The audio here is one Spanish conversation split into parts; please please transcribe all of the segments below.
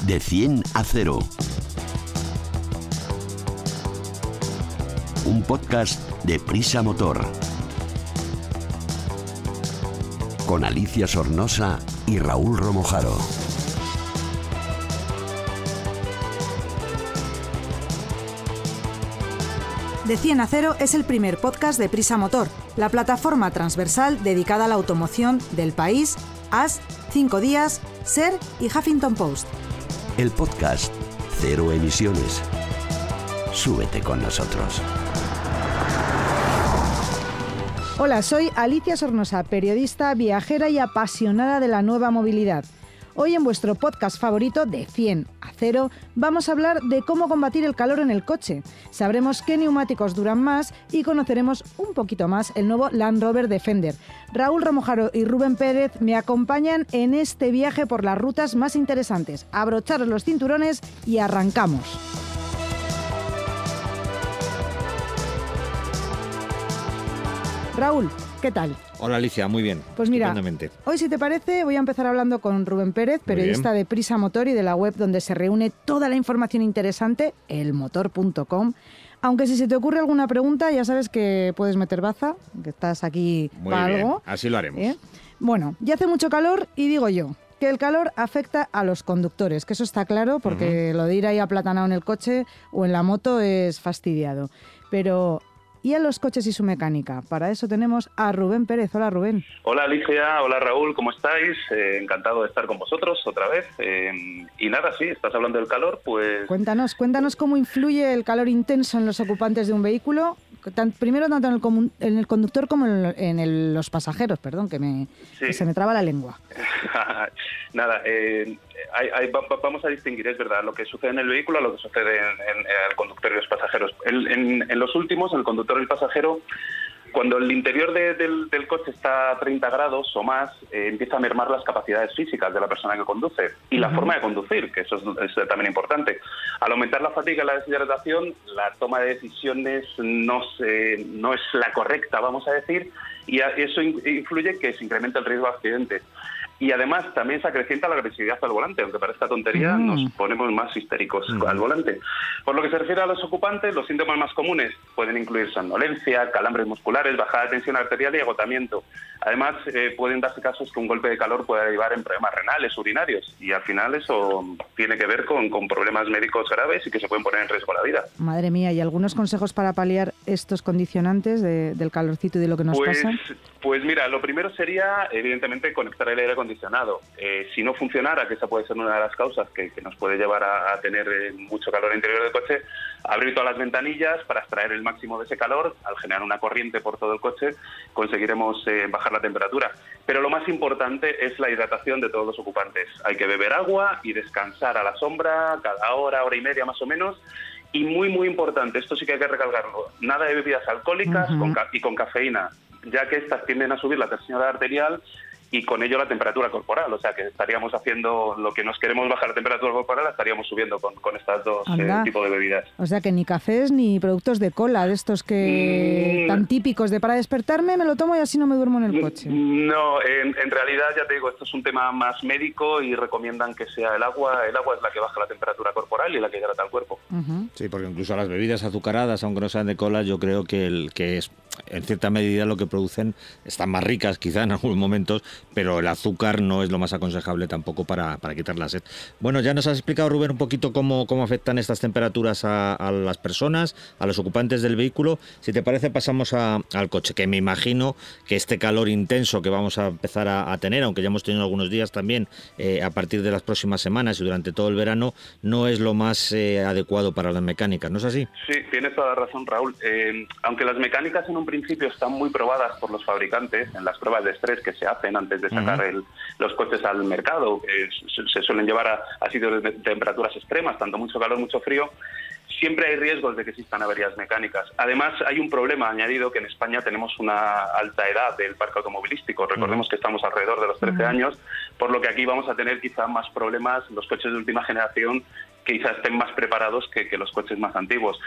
De 100 a 0. Un podcast de Prisa Motor. Con Alicia Sornosa y Raúl Romojaro. De 100 a 0 es el primer podcast de Prisa Motor, la plataforma transversal dedicada a la automoción del País, As, 5 Días, SER y Huffington Post. El podcast Cero Emisiones. Súbete con nosotros. Hola, soy Alicia Sornosa, periodista, viajera y apasionada de la nueva movilidad. Hoy en vuestro podcast favorito, De 100 a 0, vamos a hablar de cómo combatir el calor en el coche. Sabremos qué neumáticos duran más y conoceremos un poquito más el nuevo Land Rover Defender. Raúl Romojaro y Rubén Pérez me acompañan en este viaje por las rutas más interesantes. Abrocharos los cinturones y arrancamos. Raúl, ¿qué tal? Hola Alicia, muy bien. Pues mira, hoy si te parece voy a empezar hablando con Rubén Pérez, periodista de Prisa Motor y de la web donde se reúne toda la información interesante, elmotor.com. Aunque si se te ocurre alguna pregunta ya sabes que puedes meter baza, que estás aquí para algo. Así lo haremos. Bueno, ya hace mucho calor y digo yo que el calor afecta a los conductores, que eso está claro porque lo de ir ahí aplatanado en el coche o en la moto es fastidiado. Pero ¿y a los coches y su mecánica? Para eso tenemos a Rubén Pérez. Hola, Rubén. Hola, Alicia. Hola, Raúl. ¿Cómo estáis? Encantado de estar con vosotros otra vez. Y nada, sí, estás hablando del calor, pues... Cuéntanos cómo influye el calor intenso en los ocupantes de un vehículo, primero tanto en el conductor como en los pasajeros, perdón, que se me traba la lengua. Nada, vamos a distinguir, es verdad, lo que sucede en el vehículo a lo que sucede en el conductor y los pasajeros. En los últimos, en el conductor y el pasajero, cuando el interior del coche está a 30 grados o más, empieza a mermar las capacidades físicas de la persona que conduce y la forma de conducir, que eso es también importante. Al aumentar la fatiga y la deshidratación, la toma de decisiones no es la correcta, vamos a decir, y eso influye que se incremente el riesgo de accidente. Y además también se acrecienta la agresividad al volante, aunque parezca tontería, nos ponemos más histéricos al volante. Por lo que se refiere a los ocupantes, los síntomas más comunes pueden incluir somnolencia, calambres musculares, bajada de tensión arterial y agotamiento. Además, pueden darse casos que un golpe de calor pueda derivar en problemas renales, urinarios, y al final eso tiene que ver con problemas médicos graves y que se pueden poner en riesgo la vida. Madre mía, ¿y algunos consejos para paliar estos condicionantes del calorcito y de lo que nos pasa? Pues mira, lo primero sería, evidentemente, conectar el aire acondicionado. Si no funcionara, que esa puede ser una de las causas que nos puede llevar a tener mucho calor interior del coche, abrir todas las ventanillas para extraer el máximo de ese calor. Al generar una corriente por todo el coche, conseguiremos bajar la temperatura. Pero lo más importante es la hidratación de todos los ocupantes. Hay que beber agua y descansar a la sombra cada hora y media más o menos. Y muy, muy importante, esto sí que hay que recalcarlo, nada de bebidas alcohólicas y con cafeína, ya que estas tienden a subir la tensión arterial y con ello la temperatura corporal. O sea, que estaríamos haciendo lo que nos queremos bajar la temperatura corporal, la estaríamos subiendo con estas dos tipos de bebidas. O sea, que ni cafés ni productos de cola, de estos que tan típicos de para despertarme, me lo tomo y así no me duermo en el coche. No, en realidad, ya te digo, esto es un tema más médico y recomiendan que sea el agua. El agua es la que baja la temperatura corporal y la que hidrata el cuerpo. Sí, porque incluso las bebidas azucaradas, aunque no sean de cola, yo creo que es en cierta medida lo que producen, están más ricas quizá en algunos momentos, pero el azúcar no es lo más aconsejable tampoco para quitar la sed. Bueno, ya nos has explicado, Rubén, un poquito cómo afectan estas temperaturas a las personas, a los ocupantes del vehículo. Si te parece, pasamos al coche, que me imagino que este calor intenso que vamos a empezar a tener, aunque ya hemos tenido algunos días también a partir de las próximas semanas y durante todo el verano, no es lo más adecuado para las mecánicas, ¿no es así? Sí, tienes toda la razón, Raúl. Aunque las mecánicas en un principio están muy probadas por los fabricantes en las pruebas de estrés que se hacen antes de sacar los coches al mercado, se suelen llevar a sitios de temperaturas extremas, tanto mucho calor, mucho frío. Siempre hay riesgos de que existan averías mecánicas. Además, hay un problema añadido, que en España tenemos una alta edad del parque automovilístico. Recordemos que estamos alrededor de los 13 años, por lo que aquí vamos a tener quizá más problemas. Los coches de última generación quizás estén más preparados que los coches más antiguos.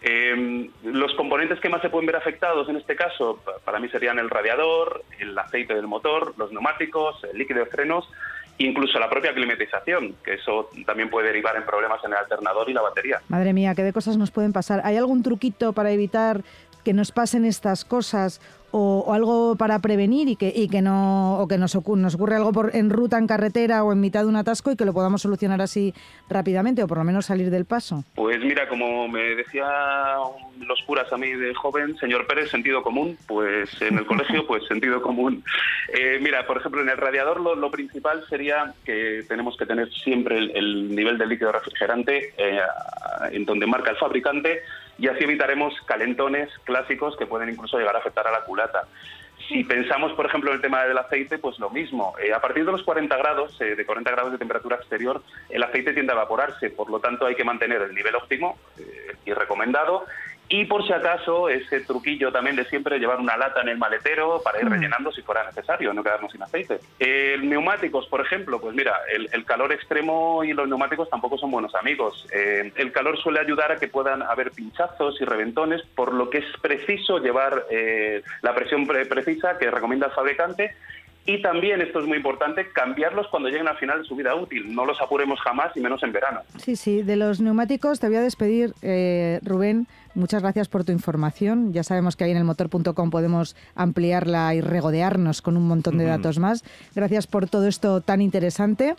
Los componentes que más se pueden ver afectados en este caso, para mí serían el radiador, el aceite del motor, los neumáticos, el líquido de frenos incluso la propia climatización, que eso también puede derivar en problemas en el alternador y la batería. Madre mía, qué de cosas nos pueden pasar. ¿Hay algún truquito para evitar que nos pasen estas cosas o algo para prevenir y que no o que nos ocurre algo en ruta, en carretera o en mitad de un atasco y que lo podamos solucionar así rápidamente o por lo menos salir del paso? Pues mira, como me decía los curas a mí de joven, señor Pérez, sentido común, pues en el colegio, pues sentido común. Mira, por ejemplo, en el radiador lo principal sería que tenemos que tener siempre el nivel de líquido refrigerante en donde marca el fabricante, y así evitaremos calentones clásicos que pueden incluso llegar a afectar a la culata. Si pensamos, por ejemplo, en el tema del aceite, pues lo mismo. A partir de los 40 grados, de 40 grados de temperatura exterior, el aceite tiende a evaporarse, por lo tanto hay que mantener el nivel óptimo y recomendado. Y por si acaso, ese truquillo también de siempre llevar una lata en el maletero para ir rellenando si fuera necesario, no quedarnos sin aceite. Neumáticos, por ejemplo, pues mira, el calor extremo y los neumáticos tampoco son buenos amigos. El calor suele ayudar a que puedan haber pinchazos y reventones, por lo que es preciso llevar la presión precisa que recomienda el fabricante. Y también, esto es muy importante, cambiarlos cuando lleguen al final de su vida útil. No los apuremos jamás, y menos en verano. Sí, de los neumáticos te voy a despedir, Rubén. Muchas gracias por tu información. Ya sabemos que ahí en elmotor.com podemos ampliarla y regodearnos con un montón de datos más. Gracias por todo esto tan interesante.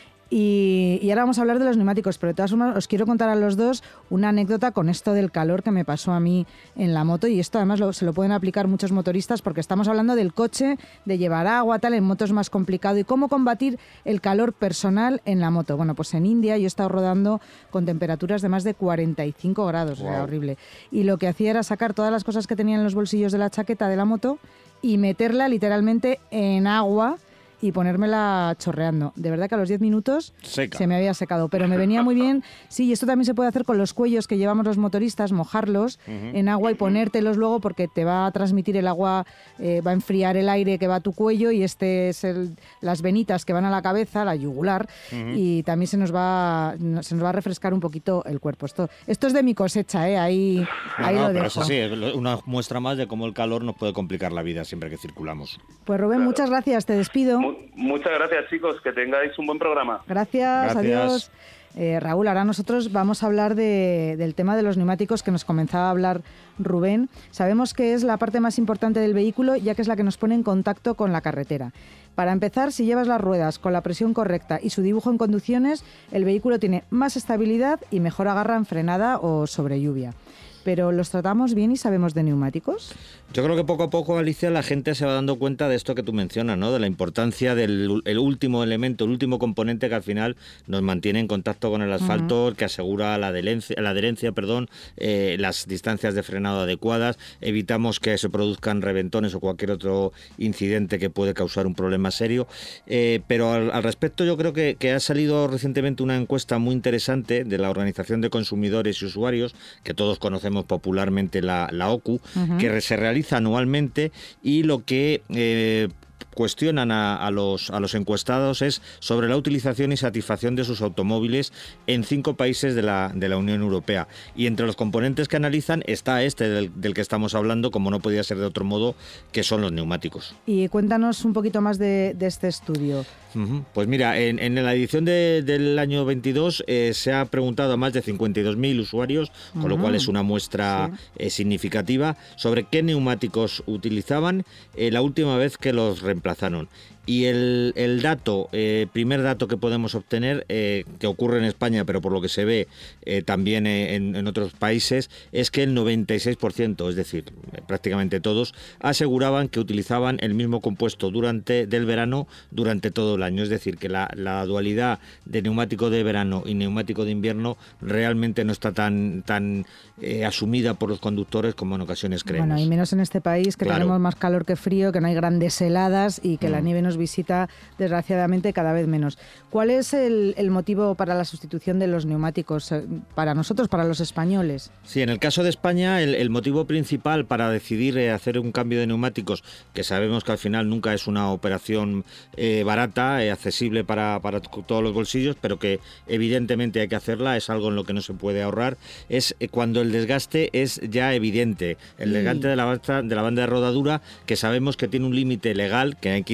Y ahora vamos a hablar de los neumáticos, pero de todas formas os quiero contar a los dos una anécdota con esto del calor que me pasó a mí en la moto, y esto además se lo pueden aplicar muchos motoristas porque estamos hablando del coche, de llevar agua, tal, en moto es más complicado, y cómo combatir el calor personal en la moto. Bueno, pues en India yo he estado rodando con temperaturas de más de 45 grados, wow. Era horrible. Y lo que hacía era sacar todas las cosas que tenía en los bolsillos de la chaqueta de la moto y meterla literalmente en agua y ponérmela chorreando. De verdad que a los 10 minutos Seca. Se me había secado, pero me venía muy bien. Sí, y esto también se puede hacer con los cuellos que llevamos los motoristas, mojarlos en agua y ponértelos luego, porque te va a transmitir el agua, va a enfriar el aire que va a tu cuello, y este es las venitas que van a la cabeza, la yugular, y también se nos va a refrescar un poquito el cuerpo. Esto es de mi cosecha, ahí lo dejo. Pero eso sí, es una muestra más de cómo el calor nos puede complicar la vida siempre que circulamos. Pues Rubén, claro. Muchas gracias, te despido. Muchas gracias, chicos, que tengáis un buen programa. Gracias. Adiós. Raúl, ahora nosotros vamos a hablar del tema de los neumáticos que nos comenzaba a hablar Rubén. Sabemos que es la parte más importante del vehículo, ya que es la que nos pone en contacto con la carretera. Para empezar, si llevas las ruedas con la presión correcta y su dibujo en conducciones, el vehículo tiene más estabilidad y mejor agarra en frenada o sobre lluvia. ¿Pero los tratamos bien y sabemos de neumáticos? Yo creo que poco a poco, Alicia, la gente se va dando cuenta de esto que tú mencionas, ¿no? De la importancia del último elemento, el último componente que al final nos mantiene en contacto con el asfalto, que asegura la adherencia, las distancias de frenado adecuadas, evitamos que se produzcan reventones o cualquier otro incidente que puede causar un problema serio. Pero al respecto, yo creo que ha salido recientemente una encuesta muy interesante de la Organización de Consumidores y Usuarios, que todos conocemos popularmente la OCU, que se realiza anualmente, y lo que cuestionan a los encuestados es sobre la utilización y satisfacción de sus automóviles en 5 países de la Unión Europea. Y entre los componentes que analizan está del que estamos hablando, como no podía ser de otro modo, que son los neumáticos. Y cuéntanos un poquito más de este estudio. Pues mira, en la edición del año 22 se ha preguntado a más de 52.000 usuarios, con lo cual es una muestra significativa, sobre qué neumáticos utilizaban la última vez que los reemplazaron. Y el primer dato que podemos obtener, que ocurre en España, pero por lo que se ve también en otros países, es que el 96%, es decir, prácticamente todos, aseguraban que utilizaban el mismo compuesto del verano durante todo el año. Es decir, que la dualidad de neumático de verano y neumático de invierno realmente no está tan asumida por los conductores como en ocasiones creemos. Bueno, y menos en este país, que tenemos más calor que frío, que no hay grandes heladas y que la nieve nos visita desgraciadamente cada vez menos. ¿Cuál es el motivo para la sustitución de los neumáticos para nosotros, para los españoles? Sí, en el caso de España, el motivo principal para decidir hacer un cambio de neumáticos, que sabemos que al final nunca es una operación barata, accesible para todos los bolsillos, pero que evidentemente hay que hacerla, es algo en lo que no se puede ahorrar, es cuando el desgaste es ya evidente. El desgaste de la banda de rodadura, que sabemos que tiene un límite legal, que hay que intentar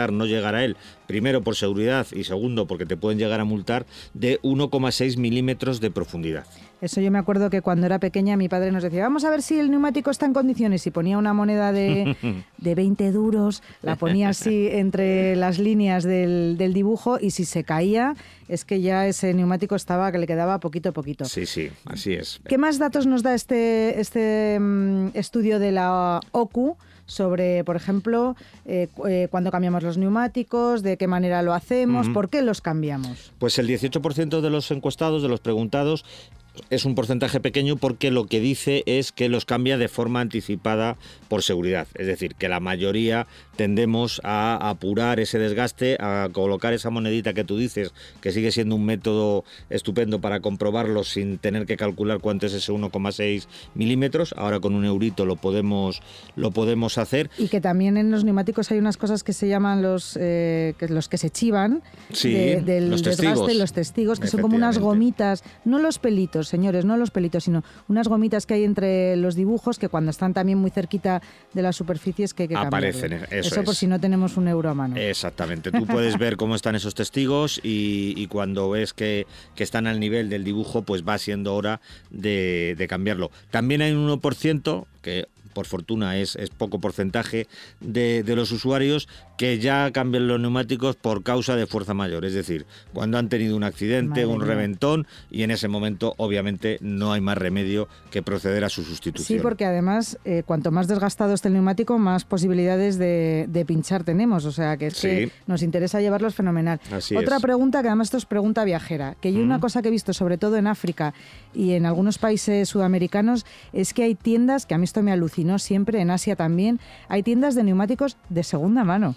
intentar no llegar a él, primero por seguridad y segundo porque te pueden llegar a multar, de 1,6 milímetros de profundidad. Eso yo me acuerdo que cuando era pequeña mi padre nos decía, vamos a ver si el neumático está en condiciones, y ponía una moneda de 20 duros, la ponía así entre las líneas del dibujo, y si se caía es que ya ese neumático estaba, que le quedaba poquito a poquito. Sí, así es. ¿Qué más datos nos da este estudio de la OCU sobre, por ejemplo, cuándo cambiamos los neumáticos, de qué manera lo hacemos, por qué los cambiamos? Pues el 18% de los encuestados, de los preguntados, es un porcentaje pequeño porque lo que dice es que los cambia de forma anticipada por seguridad. Es decir, que la mayoría tendemos a apurar ese desgaste, a colocar esa monedita que tú dices, que sigue siendo un método estupendo para comprobarlo sin tener que calcular cuánto es ese 1,6 milímetros. Ahora con un eurito lo podemos hacer. Y que también en los neumáticos hay unas cosas que se llaman los que se chivan, sí, del los desgaste, testigos. Los testigos, que son como unas gomitas, no los pelitos, señores, no los pelitos, sino unas gomitas que hay entre los dibujos que cuando están también muy cerquita de las superficies que hay que aparecen. Cambiarlo. Eso por si no tenemos un euro a mano. Exactamente. Tú puedes ver cómo están esos testigos y cuando ves que están al nivel del dibujo, pues va siendo hora de cambiarlo. También hay un 1% que por fortuna es poco porcentaje de los usuarios que ya cambian los neumáticos por causa de fuerza mayor, es decir, cuando han tenido un accidente, un reventón, y en ese momento obviamente no hay más remedio que proceder a su sustitución. Sí, porque además cuanto más desgastado esté el neumático, más posibilidades de pinchar tenemos, o sea que es que nos interesa llevarlos fenomenal. Así Otra es. pregunta, que además esto es pregunta viajera, que yo una cosa que he visto sobre todo en África y en algunos países sudamericanos es que hay tiendas, que a mí esto me alucinó siempre, en Asia también, hay tiendas de neumáticos de segunda mano.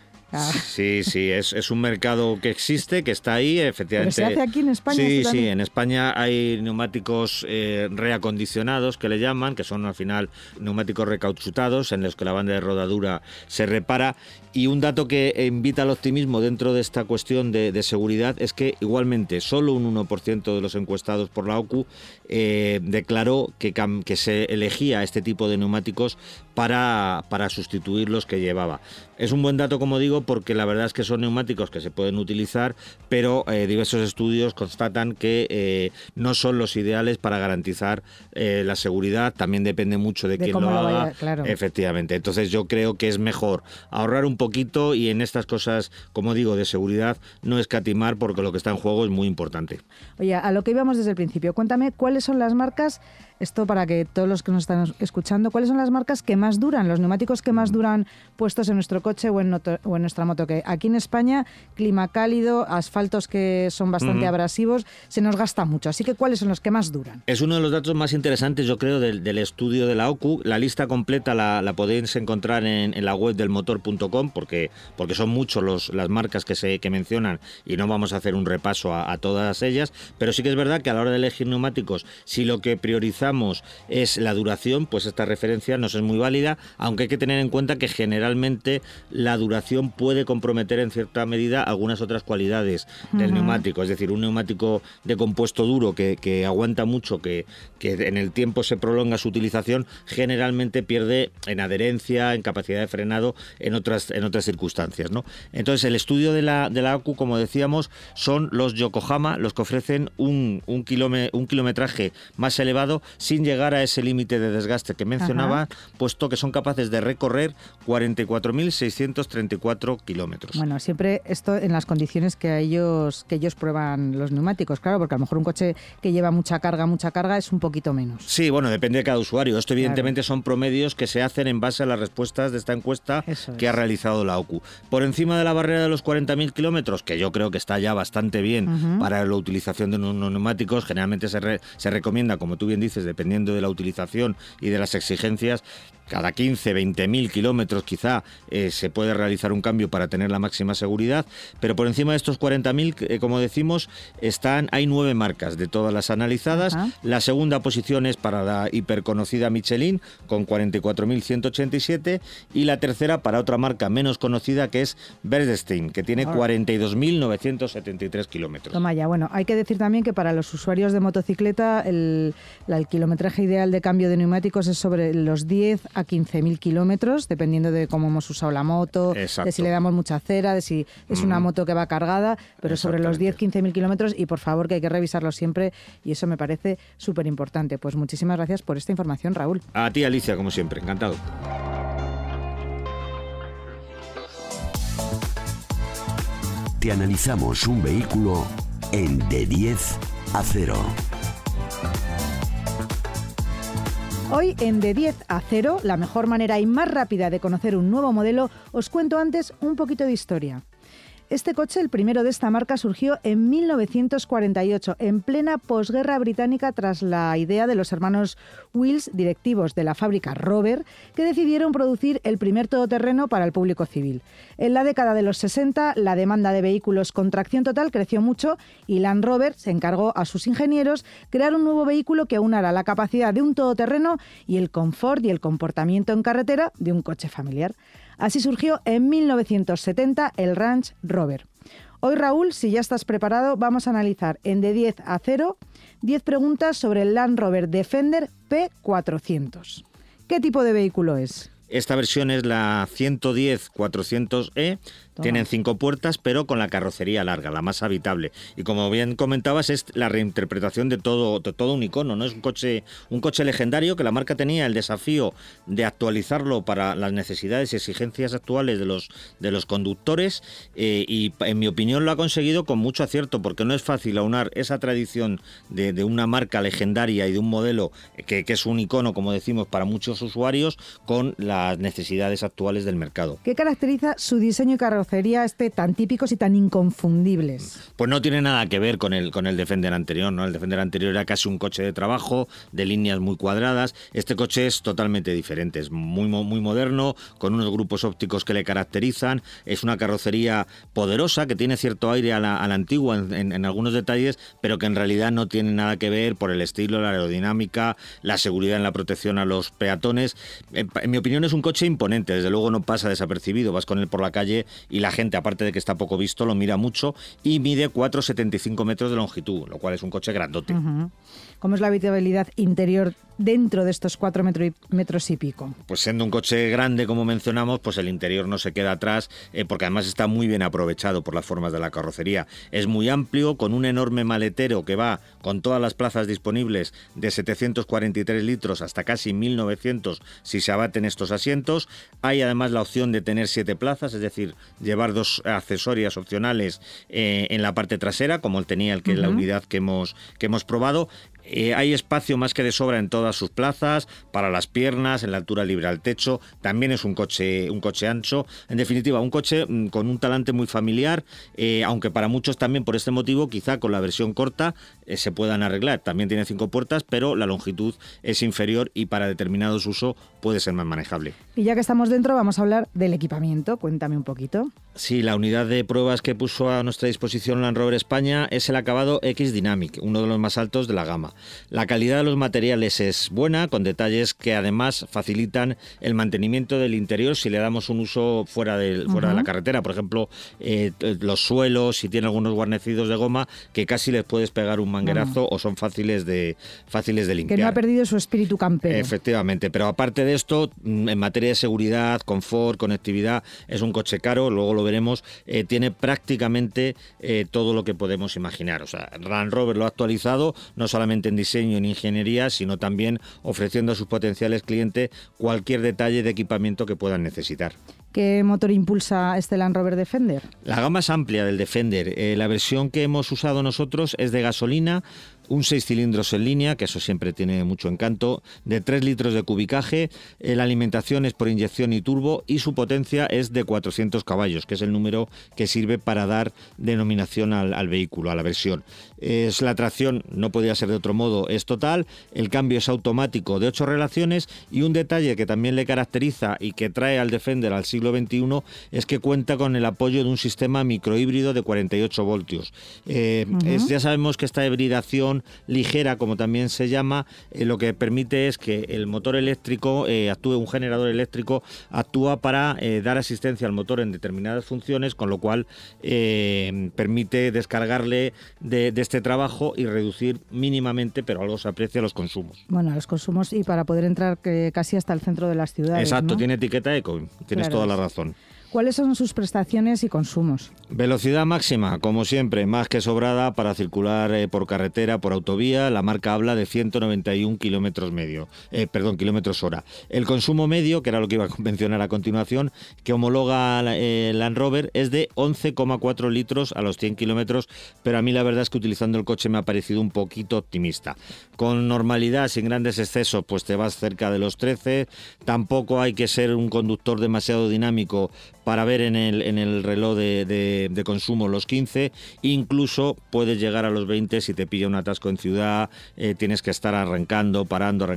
Sí, es un mercado que existe, que está ahí, efectivamente. ¿Pero se hace aquí en España? Sí, en España hay neumáticos reacondicionados, que le llaman, que son al final neumáticos recauchutados, en los que la banda de rodadura se repara. Y un dato que invita al optimismo dentro de esta cuestión de seguridad es que igualmente solo un 1% de los encuestados por la OCU declaró que se elegía este tipo de neumáticos para sustituir los que llevaba. Es un buen dato, como digo, porque la verdad es que son neumáticos que se pueden utilizar, pero diversos estudios constatan que no son los ideales para garantizar la seguridad. También depende mucho de quién lo haga. Claro. Efectivamente. Entonces yo creo que es mejor ahorrar un poquito y en estas cosas, como digo, de seguridad, no escatimar, porque lo que está en juego es muy importante. Oye, a lo que íbamos desde el principio, cuéntame cuáles son las marcas, esto para que todos los que nos están escuchando, cuáles son las marcas que más duran, los neumáticos que más duran puestos en nuestro coche o en nuestra moto, que aquí en España, clima cálido, asfaltos que son bastante abrasivos, se nos gasta mucho, así que ¿cuáles son los que más duran? Es uno de los datos más interesantes, yo creo, del estudio de la OCU. La lista completa la podéis encontrar en la web del motor.com, porque son muchos las marcas que mencionan y no vamos a hacer un repaso a todas ellas, pero sí que es verdad que a la hora de elegir neumáticos, si lo que priorizamos es la duración, pues esta referencia nos es muy válida, aunque hay que tener en cuenta que generalmente la duración puede comprometer en cierta medida algunas otras cualidades del neumático, es decir, un neumático de compuesto duro que aguanta mucho, que en el tiempo se prolonga su utilización, generalmente pierde en adherencia, en capacidad de frenado, en otras circunstancias, ¿no? Entonces el estudio de la ACU, como decíamos, son los Yokohama, los que ofrecen un kilometraje más elevado sin llegar a ese límite de desgaste que mencionaba, puesto que son capaces de recorrer 44.634 kilómetros. Bueno, siempre esto en las condiciones que ellos prueban los neumáticos, claro, porque a lo mejor un coche que lleva mucha carga es un poquito menos. Sí, bueno, depende de cada usuario. Esto evidentemente son promedios que se hacen en base a las respuestas de esta encuesta que ha realizado la OCU. Por encima de la barrera de los 40.000 kilómetros, que yo creo que está ya bastante bien para la utilización de unos neumáticos, generalmente se recomienda, como tú bien dices, dependiendo de la utilización y de las exigencias, cada 15, 20.000 kilómetros quizá se puede realizar un cambio para tener la máxima seguridad, pero por encima de estos 40.000, como decimos, hay 9 marcas de todas las analizadas. La segunda posición es para la hiperconocida Michelin, con 44.187, y la tercera para otra marca menos conocida, que es Berdestein, que tiene 42.973 kilómetros. Toma ya, bueno, hay que decir también que para los usuarios de motocicleta el alquiler kilometraje ideal de cambio de neumáticos es sobre los 10 a 15.000 kilómetros, dependiendo de cómo hemos usado la moto, Exacto. de si le damos mucha cera, de si es una moto que va cargada, pero sobre los 10-15.000 kilómetros, y por favor que hay que revisarlo siempre, y eso me parece súper importante. Pues muchísimas gracias por esta información, Raúl. A ti, Alicia, como siempre, encantado. Te analizamos un vehículo en de 10 a 0. Hoy en De 10 a 0, la mejor manera y más rápida de conocer un nuevo modelo, os cuento antes un poquito de historia. Este coche, el primero de esta marca, surgió en 1948, en plena posguerra británica, tras la idea de los hermanos Wills, directivos de la fábrica Rover, que decidieron producir el primer todoterreno para el público civil. En la década de los 60, la demanda de vehículos con tracción total creció mucho y Land Rover se encargó a sus ingenieros crear un nuevo vehículo que aunara la capacidad de un todoterreno y el confort y el comportamiento en carretera de un coche familiar. Así surgió en 1970 el Range Rover. Hoy, Raúl, si ya estás preparado, vamos a analizar en De 10 a 0 10 preguntas sobre el Land Rover Defender P400. ¿Qué tipo de vehículo es? Esta versión es la 110 400e. Tienen 5 puertas, pero con la carrocería larga, la más habitable. Y como bien comentabas, es la reinterpretación de todo un icono, ¿no? Es un coche legendario que la marca tenía el desafío de actualizarlo para las necesidades y exigencias actuales de los conductores, y en mi opinión lo ha conseguido con mucho acierto, porque no es fácil aunar esa tradición de una marca legendaria y de un modelo que es un icono, como decimos, para muchos usuarios, con las necesidades actuales del mercado. ¿Qué caracteriza su diseño y carrocería tan típicos y tan inconfundibles? Pues no tiene nada que ver con el Defender anterior, ¿no? El Defender anterior era casi un coche de trabajo, de líneas muy cuadradas. Este coche es totalmente diferente, es muy moderno, con unos grupos ópticos que le caracterizan. Es una carrocería poderosa que tiene cierto aire a la antigua en algunos detalles, pero que en realidad no tiene nada que ver por el estilo, la aerodinámica, la seguridad en la protección a los peatones. En mi opinión es un coche imponente, desde luego no pasa desapercibido. Vas con él por la calle y la gente, aparte de que está poco visto, lo mira mucho, y mide 4,75 metros de longitud, lo cual es un coche grandote. Uh-huh. ¿Cómo es la habitabilidad interior dentro de estos 4 metros y pico? Pues siendo un coche grande, como mencionamos, pues el interior no se queda atrás, porque además está muy bien aprovechado por las formas de la carrocería. Es muy amplio, con un enorme maletero que va con todas las plazas disponibles, de 743 litros hasta casi 1.900 si se abaten estos asientos. Hay además la opción de tener 7 plazas, es decir, llevar 2 accesorias opcionales en la parte trasera, como tenía el que es la unidad que hemos probado. Hay espacio más que de sobra en todas sus plazas, para las piernas, en la altura libre al techo. También es un coche ancho. En definitiva, un coche con un talante muy familiar, aunque para muchos también por este motivo, quizá con la versión corta se puedan arreglar. También tiene 5 puertas, pero la longitud es inferior y para determinados usos puede ser más manejable. Y ya que estamos dentro, vamos a hablar del equipamiento. Cuéntame un poquito. Sí, la unidad de pruebas que puso a nuestra disposición Land Rover España es el acabado X Dynamic, uno de los más altos de la gama. La calidad de los materiales es buena, con detalles que además facilitan el mantenimiento del interior si le damos un uso fuera de la carretera. Por ejemplo, los suelos, si tiene algunos guarnecidos de goma, que casi les puedes pegar un manguerazo o son fáciles de limpiar. Que no ha perdido su espíritu campero. Efectivamente, pero aparte de esto, en materia de seguridad, confort, conectividad, es un coche caro, luego lo veremos, tiene prácticamente todo lo que podemos imaginar. O sea, Land Rover lo ha actualizado, no solamente en diseño, en ingeniería, sino también ofreciendo a sus potenciales clientes cualquier detalle de equipamiento que puedan necesitar. ¿Qué motor impulsa este Land Rover Defender? La gama es amplia del Defender. La versión que hemos usado nosotros es de gasolina, un 6 cilindros en línea, que eso siempre tiene mucho encanto, de 3 litros de cubicaje. La alimentación es por inyección y turbo y su potencia es de 400 caballos, que es el número que sirve para dar denominación al vehículo, a la versión. La tracción, no podía ser de otro modo, es total. El cambio es automático de 8 relaciones, y un detalle que también le caracteriza y que trae al Defender al siglo XXI es que cuenta con el apoyo de un sistema microhíbrido de 48 voltios. Ya sabemos que esta hibridación tracción ligera, como también se llama, lo que permite es que el motor eléctrico un generador eléctrico actúa para dar asistencia al motor en determinadas funciones, con lo cual permite descargarle de este trabajo y reducir mínimamente, pero algo se aprecia, los consumos. Bueno, los consumos, y para poder entrar casi hasta el centro de las ciudades. Exacto, ¿no? tiene etiqueta eco, tienes toda la razón. ¿Cuáles son sus prestaciones y consumos? Velocidad máxima, como siempre, más que sobrada para circular por carretera, por autovía. La marca habla de 191 kilómetros hora. El consumo medio, que era lo que iba a mencionar a continuación, que homologa Land Rover, es de 11,4 litros a los 100 kilómetros, pero a mí la verdad es que utilizando el coche me ha parecido un poquito optimista. Con normalidad, sin grandes excesos, pues te vas cerca de los 13. Tampoco hay que ser un conductor demasiado dinámico para ver en el reloj de consumo los 15, incluso puedes llegar a los 20 si te pilla un atasco en ciudad, tienes que estar arrancando, parando,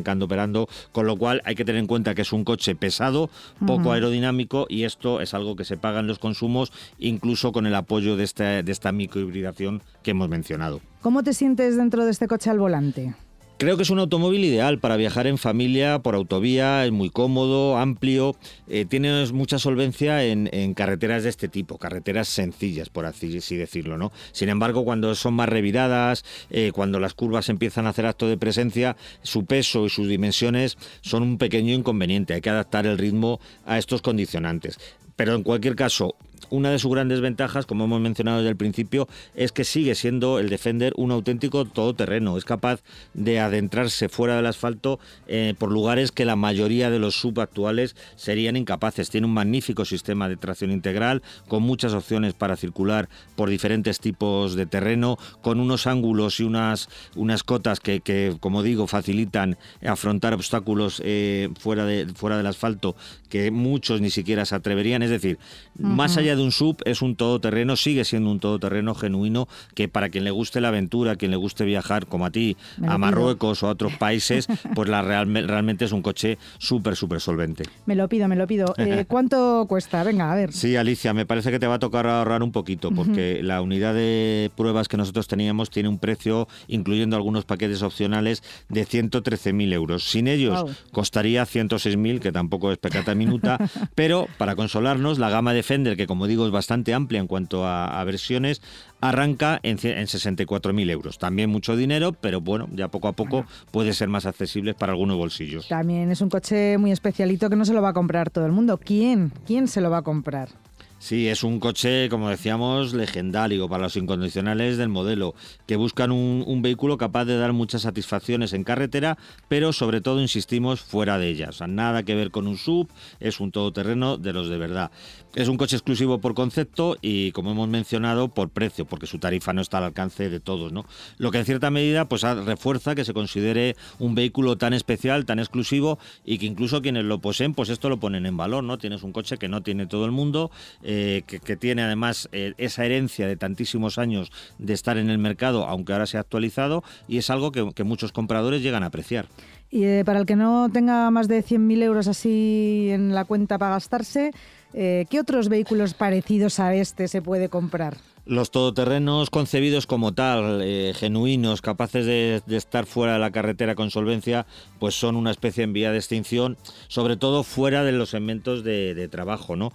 con lo cual hay que tener en cuenta que es un coche pesado, poco aerodinámico, y esto es algo que se paga en los consumos, incluso con el apoyo de esta microhibridación que hemos mencionado. ¿Cómo te sientes dentro de este coche al volante? Creo que es un automóvil ideal para viajar en familia, por autovía, es muy cómodo, amplio, tiene mucha solvencia en carreteras de este tipo, carreteras sencillas, por así decirlo, ¿no? Sin embargo, cuando son más reviradas, cuando las curvas empiezan a hacer acto de presencia, su peso y sus dimensiones son un pequeño inconveniente, hay que adaptar el ritmo a estos condicionantes. Pero en cualquier caso, una de sus grandes ventajas, como hemos mencionado desde el principio, es que sigue siendo el Defender un auténtico todoterreno. Es capaz de adentrarse fuera del asfalto por lugares que la mayoría de los SUV actuales serían incapaces. Tiene un magnífico sistema de tracción integral, con muchas opciones para circular por diferentes tipos de terreno, con unos ángulos y unas cotas que, como digo, facilitan afrontar obstáculos fuera del asfalto que muchos ni siquiera se atreverían. Es decir, más allá de un SUV, es un todoterreno, sigue siendo un todoterreno genuino, que para quien le guste la aventura, quien le guste viajar como a ti, a Marruecos o a otros países, pues realmente es un coche súper solvente. Me lo pido. ¿Cuánto cuesta? Venga, a ver. Sí, Alicia, me parece que te va a tocar ahorrar un poquito, porque la unidad de pruebas que nosotros teníamos tiene un precio, incluyendo algunos paquetes opcionales, de 113.000 euros. Sin ellos costaría 106.000, que tampoco es pecata minuta, pero para consolarnos, la gama Defender, que como digo es bastante amplia en cuanto a versiones, arranca en 64.000 euros. También mucho dinero, pero bueno, ya poco a poco puede ser más accesible para algunos bolsillos. También es un coche muy especialito que no se lo va a comprar todo el mundo. ¿Quién se lo va a comprar? Sí, es un coche, como decíamos, legendario para los incondicionales del modelo, que buscan un vehículo capaz de dar muchas satisfacciones en carretera, pero sobre todo, insistimos, fuera de ella. O sea, nada que ver con un SUV, es un todoterreno de los de verdad. Es un coche exclusivo por concepto y, como hemos mencionado, por precio, porque su tarifa no está al alcance de todos, ¿no? Lo que en cierta medida pues refuerza que se considere un vehículo tan especial, tan exclusivo, y que incluso quienes lo poseen, pues esto lo ponen en valor, ¿no? Tienes un coche que no tiene todo el mundo, que tiene además esa herencia de tantísimos años de estar en el mercado, aunque ahora se ha actualizado, y es algo que muchos compradores llegan a apreciar. Y para el que no tenga más de 100.000 euros así en la cuenta para gastarse, ¿qué otros vehículos parecidos a este se puede comprar? Los todoterrenos concebidos como tal, genuinos, capaces de estar fuera de la carretera con solvencia, pues son una especie en vía de extinción, sobre todo fuera de los segmentos de trabajo, ¿no?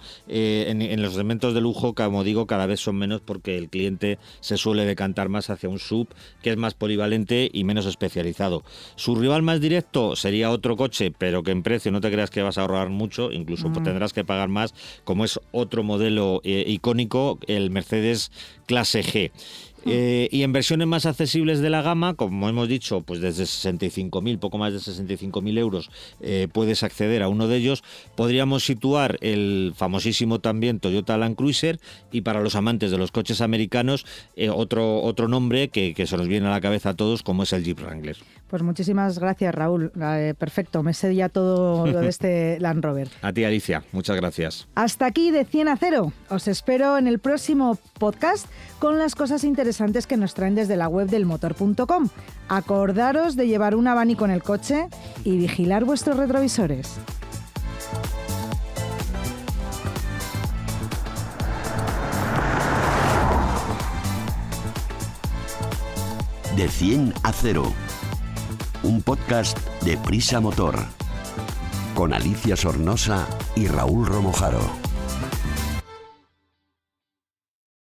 En los segmentos de lujo, como digo, cada vez son menos, porque el cliente se suele decantar más hacia un SUV, que es más polivalente y menos especializado. Su rival más directo sería otro coche, pero que en precio no te creas que vas a ahorrar mucho, incluso tendrás que pagar más, como es otro modelo icónico, el Mercedes Clase G. Y en versiones más accesibles de la gama, como hemos dicho, pues desde 65.000, poco más de 65.000 euros, puedes acceder a uno de ellos. Podríamos situar el famosísimo también Toyota Land Cruiser, y para los amantes de los coches americanos, otro nombre que se nos viene a la cabeza a todos, como es el Jeep Wrangler. Pues muchísimas gracias, Raúl. Perfecto, me sé ya todo lo de este Land Rover. A ti, Alicia, muchas gracias. Hasta aquí de 100 a 0. Os espero en el próximo podcast con las cosas interesantes que nos traen desde la web del motor.com. Acordaros de llevar un abanico en el coche y vigilar vuestros retrovisores. De 100 a 0. Un podcast de Prisa Motor. Con Alicia Sornosa y Raúl Romojaro.